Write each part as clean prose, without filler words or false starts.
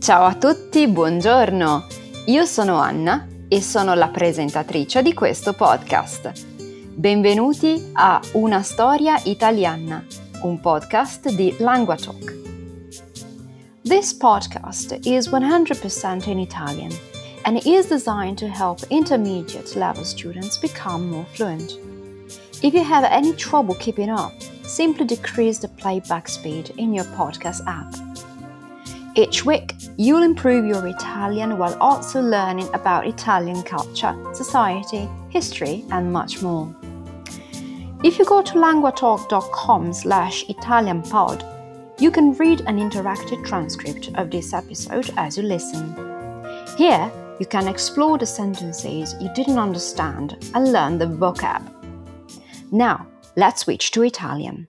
Ciao a tutti, buongiorno! Io sono Anna e sono la presentatrice di questo podcast. Benvenuti a Una storia italiana, un podcast di LanguaTalk. This podcast is 100% in Italian and it is designed to help intermediate level students become more fluent. If you have any trouble keeping up, simply decrease the playback speed in your podcast app. Each week, you'll improve your Italian while also learning about Italian culture, society, history, and much more. If you go to languatalk.com/ItalianPod, you can read an interactive transcript of this episode as you listen. Here, you can explore the sentences you didn't understand and learn the vocab. Now, let's switch to Italian.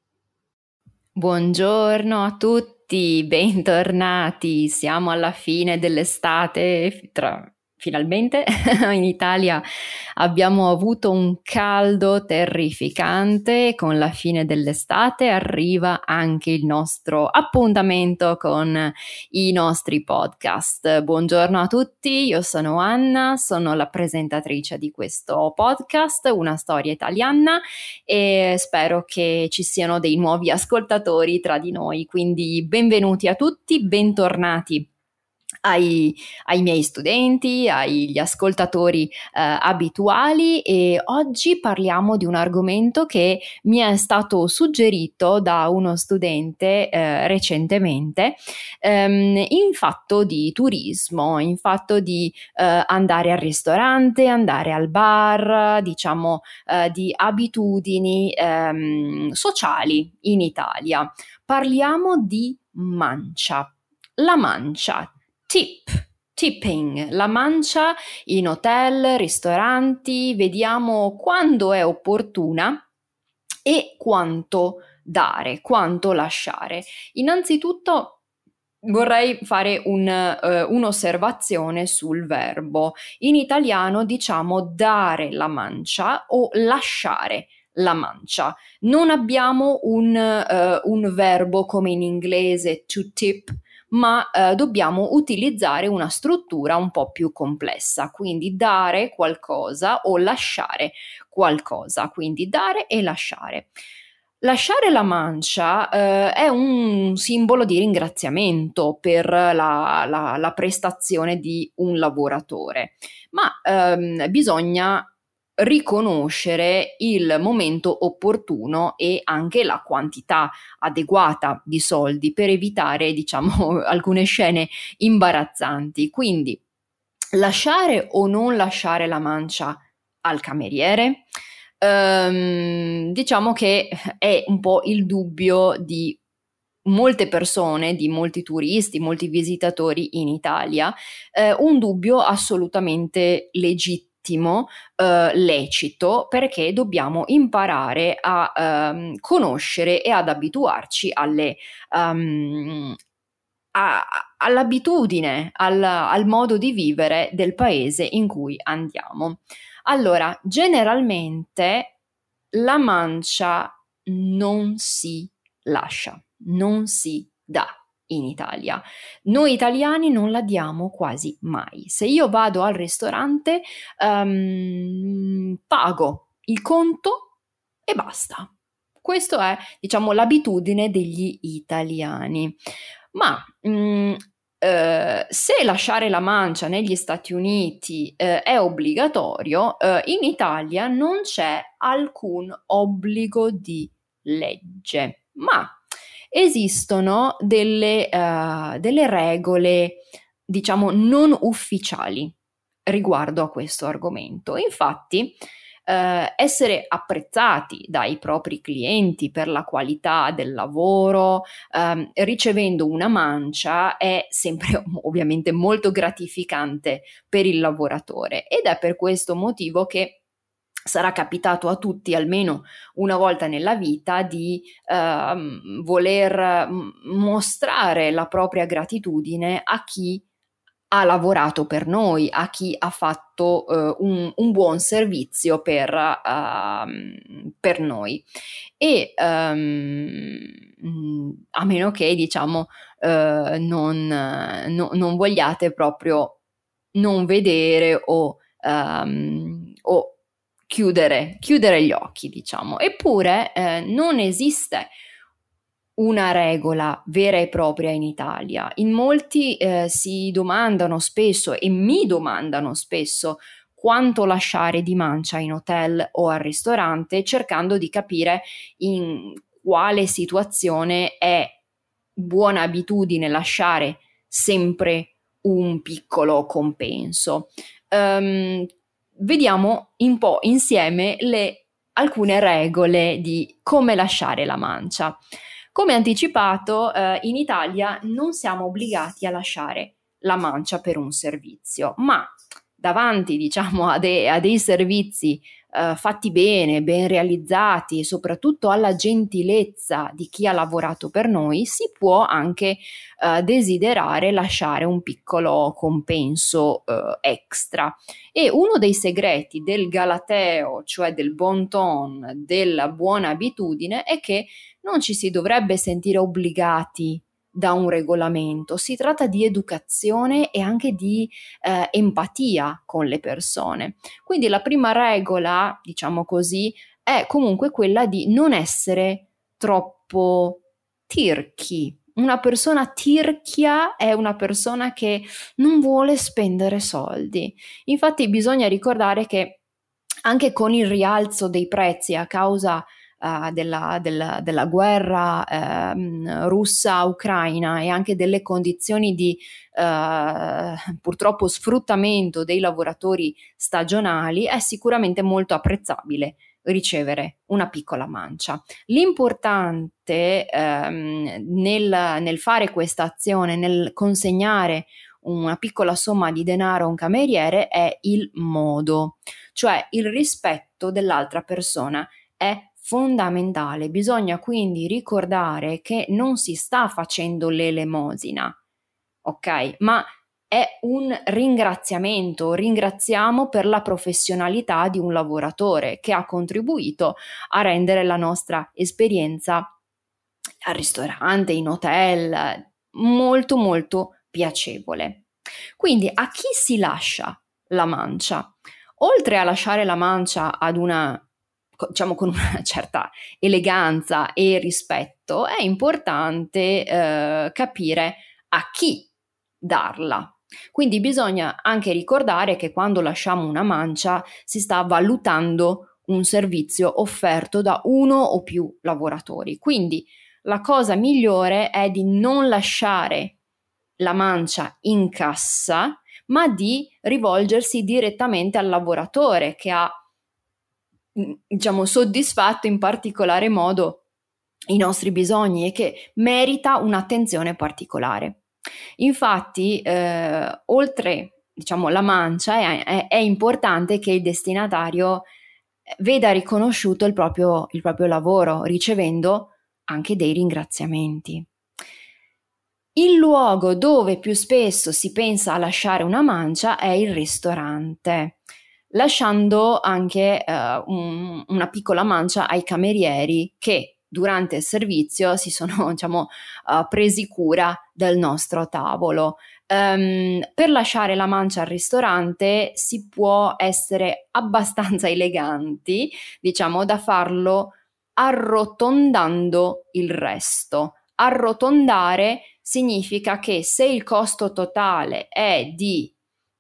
Buongiorno a tutti, bentornati. Siamo alla fine dell'estate, finalmente in Italia abbiamo avuto un caldo terrificante. Con la fine dell'estate arriva anche il nostro appuntamento con i nostri podcast. Buongiorno a tutti, io sono Anna, sono la presentatrice di questo podcast, Una storia italiana, e spero che ci siano dei nuovi ascoltatori tra di noi, quindi benvenuti a tutti, bentornati ai miei studenti, agli ascoltatori abituali, e oggi parliamo di un argomento che mi è stato suggerito da uno studente recentemente, in fatto di turismo, in fatto di andare al ristorante, andare al bar, diciamo di abitudini sociali in Italia. Parliamo di mancia. La mancia. Tipping, la mancia in hotel, ristoranti, vediamo quando è opportuna e quanto dare, quanto lasciare. Innanzitutto vorrei fare un'osservazione sul verbo. In italiano diciamo dare la mancia o lasciare la mancia. Non abbiamo un verbo come in inglese to tip, ma dobbiamo utilizzare una struttura un po' più complessa, quindi dare qualcosa o lasciare qualcosa, quindi dare e lasciare. Lasciare la mancia è un simbolo di ringraziamento per la prestazione di un lavoratore, ma bisogna riconoscere il momento opportuno e anche la quantità adeguata di soldi per evitare, diciamo, alcune scene imbarazzanti. Quindi lasciare o non lasciare la mancia al cameriere? Diciamo che è un po' il dubbio di molte persone, di molti turisti, molti visitatori in Italia, un dubbio assolutamente legittimo, lecito, perché dobbiamo imparare a conoscere e ad abituarci all'abitudine, al modo di vivere del paese in cui andiamo. Allora, generalmente la mancia non si lascia, non si dà in Italia. Noi italiani non la diamo quasi mai. Se io vado al ristorante, pago il conto e basta. Questa è, diciamo, l'abitudine degli italiani. Ma se lasciare la mancia negli Stati Uniti è obbligatorio, in Italia non c'è alcun obbligo di legge, ma esistono delle regole, diciamo, non ufficiali riguardo a questo argomento. Infatti, essere apprezzati dai propri clienti per la qualità del lavoro, ricevendo una mancia, è sempre ovviamente molto gratificante per il lavoratore, ed è per questo motivo che sarà capitato a tutti almeno una volta nella vita di voler mostrare la propria gratitudine a chi lavorato per noi, a chi ha fatto un buon servizio per noi. E a meno che, diciamo, non vogliate proprio non vedere o chiudere gli occhi, diciamo. Eppure non esiste una regola vera e propria in Italia. In molti si domandano spesso, e mi domandano spesso, quanto lasciare di mancia in hotel o al ristorante, cercando di capire in quale situazione è buona abitudine lasciare sempre un piccolo compenso. Vediamo un po' insieme alcune regole di come lasciare la mancia. Come anticipato, in Italia non siamo obbligati a lasciare la mancia per un servizio, ma davanti, diciamo, a dei servizi fatti bene, ben realizzati e soprattutto alla gentilezza di chi ha lavorato per noi, si può anche desiderare lasciare un piccolo compenso extra. E uno dei segreti del galateo, cioè del bon ton, della buona abitudine, è che non ci si dovrebbe sentire obbligati da un regolamento, si tratta di educazione e anche di empatia con le persone. Quindi la prima regola, diciamo così, è comunque quella di non essere troppo tirchi. Una persona tirchia è una persona che non vuole spendere soldi. Infatti bisogna ricordare che anche con il rialzo dei prezzi a causa della guerra russa-ucraina e anche delle condizioni di purtroppo sfruttamento dei lavoratori stagionali, è sicuramente molto apprezzabile ricevere una piccola mancia. L'importante nel fare questa azione, nel consegnare una piccola somma di denaro a un cameriere, è il modo, cioè il rispetto dell'altra persona è fondamentale. Bisogna quindi ricordare che non si sta facendo l'elemosina, ok? Ma è un ringraziamento. Ringraziamo per la professionalità di un lavoratore che ha contribuito a rendere la nostra esperienza al ristorante, in hotel, molto molto piacevole. Quindi a chi si lascia la mancia? Oltre a lasciare la mancia ad una, diciamo, con una certa eleganza e rispetto, è importante capire a chi darla. Quindi bisogna anche ricordare che quando lasciamo una mancia si sta valutando un servizio offerto da uno o più lavoratori. Quindi la cosa migliore è di non lasciare la mancia in cassa, ma di rivolgersi direttamente al lavoratore che ha, diciamo, soddisfatto in particolare modo i nostri bisogni e che merita un'attenzione particolare. Infatti, oltre, diciamo, la mancia, è importante che il destinatario veda riconosciuto il proprio lavoro, ricevendo anche dei ringraziamenti. Il luogo dove più spesso si pensa a lasciare una mancia è il ristorante, lasciando anche una piccola mancia ai camerieri che durante il servizio si sono, diciamo, presi cura del nostro tavolo. Per lasciare la mancia al ristorante si può essere abbastanza eleganti, diciamo, da farlo arrotondando il resto. Arrotondare significa che se il costo totale è di,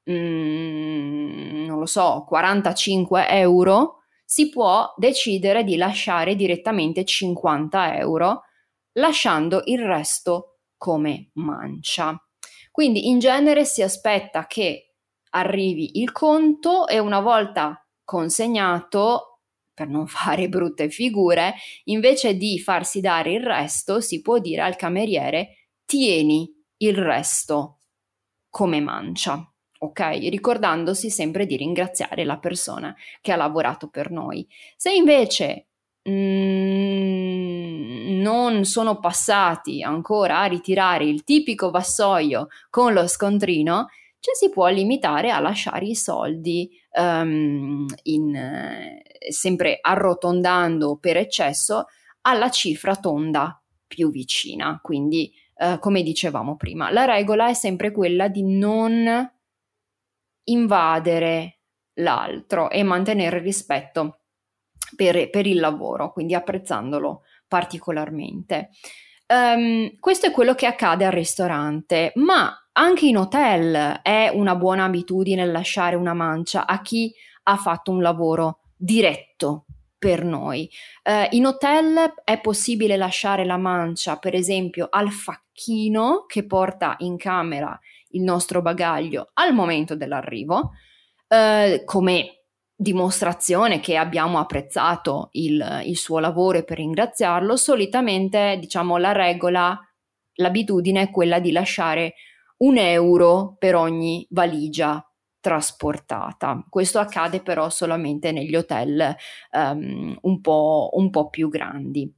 non lo so, 45 euro, si può decidere di lasciare direttamente 50 euro, lasciando il resto come mancia. Quindi in genere si aspetta che arrivi il conto e una volta consegnato, per non fare brutte figure, invece di farsi dare il resto, si può dire al cameriere: tieni il resto come mancia, ok? Ricordandosi sempre di ringraziare la persona che ha lavorato per noi. Se invece non sono passati ancora a ritirare il tipico vassoio con lo scontrino, ci si può limitare a lasciare i soldi sempre arrotondando per eccesso alla cifra tonda più vicina. Quindi, come dicevamo prima, la regola è sempre quella di non invadere l'altro e mantenere rispetto per il lavoro, quindi apprezzandolo particolarmente. Questo è quello che accade al ristorante, ma anche in hotel è una buona abitudine lasciare una mancia a chi ha fatto un lavoro diretto per noi. In hotel è possibile lasciare la mancia, per esempio, al facchino che porta in camera il nostro bagaglio al momento dell'arrivo, come dimostrazione che abbiamo apprezzato il suo lavoro e per ringraziarlo. Solitamente, diciamo, l'abitudine è quella di lasciare €1 per ogni valigia trasportata. Questo accade però solamente negli hotel un po' più grandi.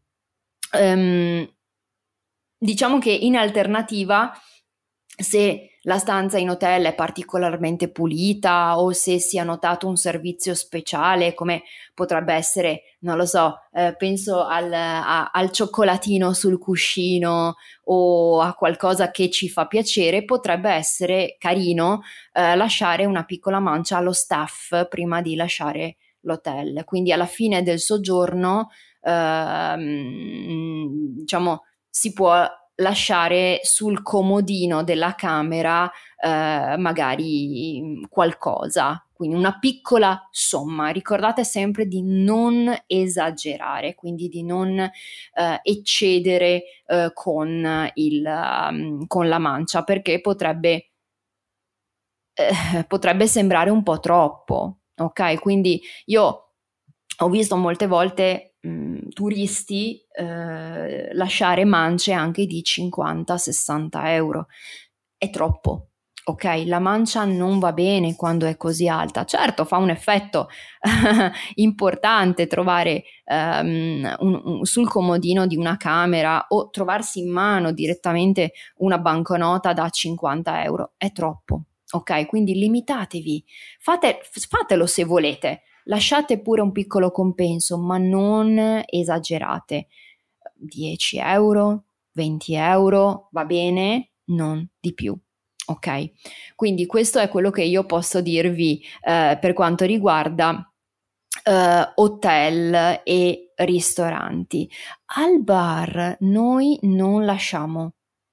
Diciamo che in alternativa, se la stanza in hotel è particolarmente pulita o se si è notato un servizio speciale, come potrebbe essere, non lo so, penso al cioccolatino sul cuscino o a qualcosa che ci fa piacere, potrebbe essere carino lasciare una piccola mancia allo staff prima di lasciare l'hotel. Quindi alla fine del soggiorno, diciamo, si può lasciare sul comodino della camera magari qualcosa, quindi una piccola somma. Ricordate sempre di non esagerare, quindi di non eccedere con la mancia, perché potrebbe sembrare un po' troppo, ok? Quindi io ho visto molte volte turisti lasciare mance anche di 50-60 euro. È troppo, ok? La mancia non va bene quando è così alta. Certo, fa un effetto importante trovare sul comodino di una camera o trovarsi in mano direttamente una banconota da 50 euro. È troppo, ok? Quindi limitatevi, fatelo se volete. Lasciate pure un piccolo compenso, ma non esagerate. 10 euro, 20 euro, va bene, non di più. Ok? Quindi questo è quello che io posso dirvi per quanto riguarda hotel e ristoranti. Al bar noi non lasciamo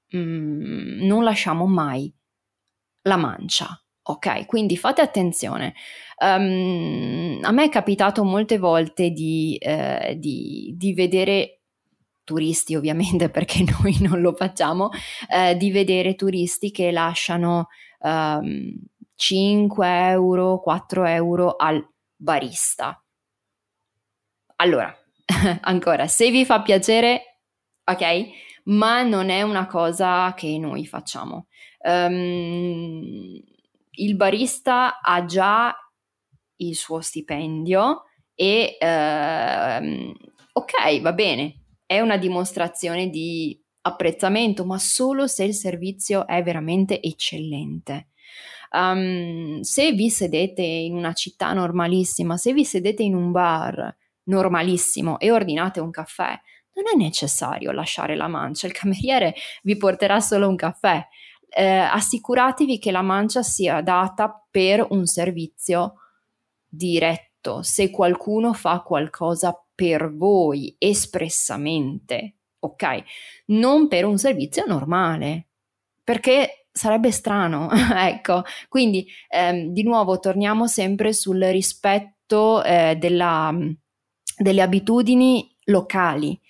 mai la mancia. Ok, quindi fate attenzione. A me è capitato molte volte di vedere turisti, ovviamente, perché noi non lo facciamo, di vedere turisti che lasciano 5 euro, 4 euro al barista. Allora, ancora, se vi fa piacere, ok? Ma non è una cosa che noi facciamo. Il barista ha già il suo stipendio e ok, va bene, è una dimostrazione di apprezzamento, ma solo se il servizio è veramente eccellente. Se vi sedete in una città normalissima, se vi sedete in un bar normalissimo e ordinate un caffè, non è necessario lasciare la mancia, il cameriere vi porterà solo un caffè. Assicuratevi che la mancia sia data per un servizio diretto, se qualcuno fa qualcosa per voi espressamente, ok? Non per un servizio normale, perché sarebbe strano, ecco. Quindi di nuovo torniamo sempre sul rispetto delle abitudini locali.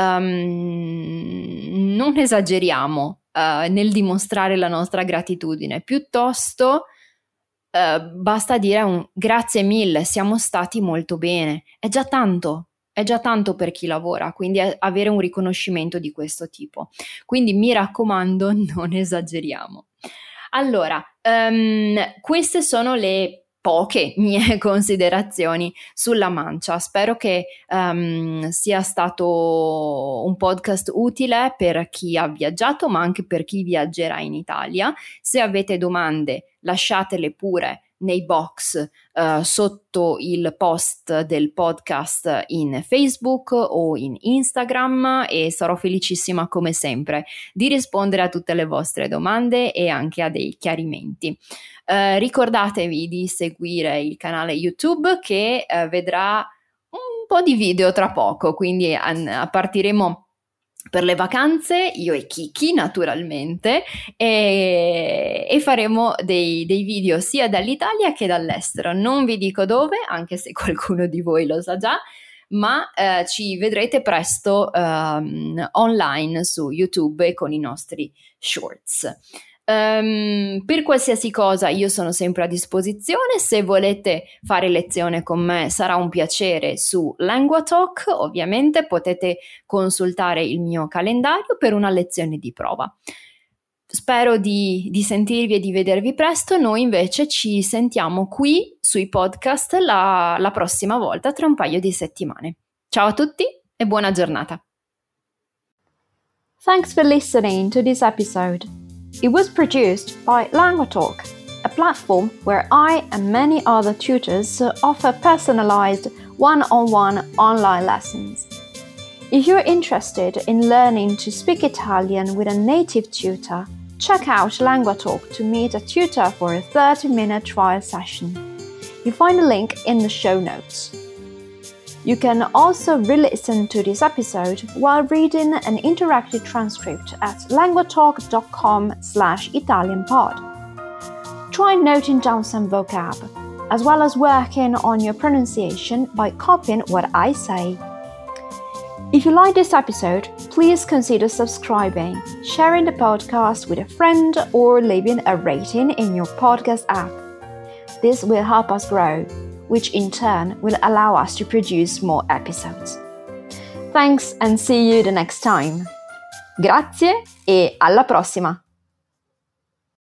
Non esageriamo nel dimostrare la nostra gratitudine, piuttosto basta dire un grazie mille, siamo stati molto bene, è già tanto per chi lavora, quindi avere un riconoscimento di questo tipo. Quindi mi raccomando, non esageriamo. Allora, queste sono le poche mie considerazioni sulla Mancia. Spero che sia stato un podcast utile per chi ha viaggiato, ma anche per chi viaggerà in Italia. Se avete domande, lasciatele pure nei box sotto il post del podcast in Facebook o in Instagram, e sarò felicissima come sempre di rispondere a tutte le vostre domande e anche a dei chiarimenti. Ricordatevi di seguire il canale YouTube che vedrà un po' di video tra poco, quindi partiremo per le vacanze, io e Kiki naturalmente, e faremo dei video sia dall'Italia che dall'estero. Non vi dico dove, anche se qualcuno di voi lo sa già, ma ci vedrete presto online su YouTube e con i nostri shorts. Per qualsiasi cosa io sono sempre a disposizione. Se volete fare lezione con me sarà un piacere su LanguaTalk. Ovviamente potete consultare il mio calendario per una lezione di prova. Spero di sentirvi e di vedervi presto. Noi invece ci sentiamo qui sui podcast la prossima volta, tra un paio di settimane. Ciao a tutti e buona giornata. Thanks for listening to this episode. It was produced by LanguaTalk, a platform where I and many other tutors offer personalized one-on-one online lessons. If you're interested in learning to speak Italian with a native tutor, check out LanguaTalk to meet a tutor for a 30-minute trial session. You'll find a link in the show notes. You can also re-listen to this episode while reading an interactive transcript at languatalk.com/ItalianPod. Try noting down some vocab, as well as working on your pronunciation by copying what I say. If you like this episode, please consider subscribing, sharing the podcast with a friend, or leaving a rating in your podcast app. This will help us grow, which in turn will allow us to produce more episodes. Thanks and see you the next time. Grazie e alla prossima!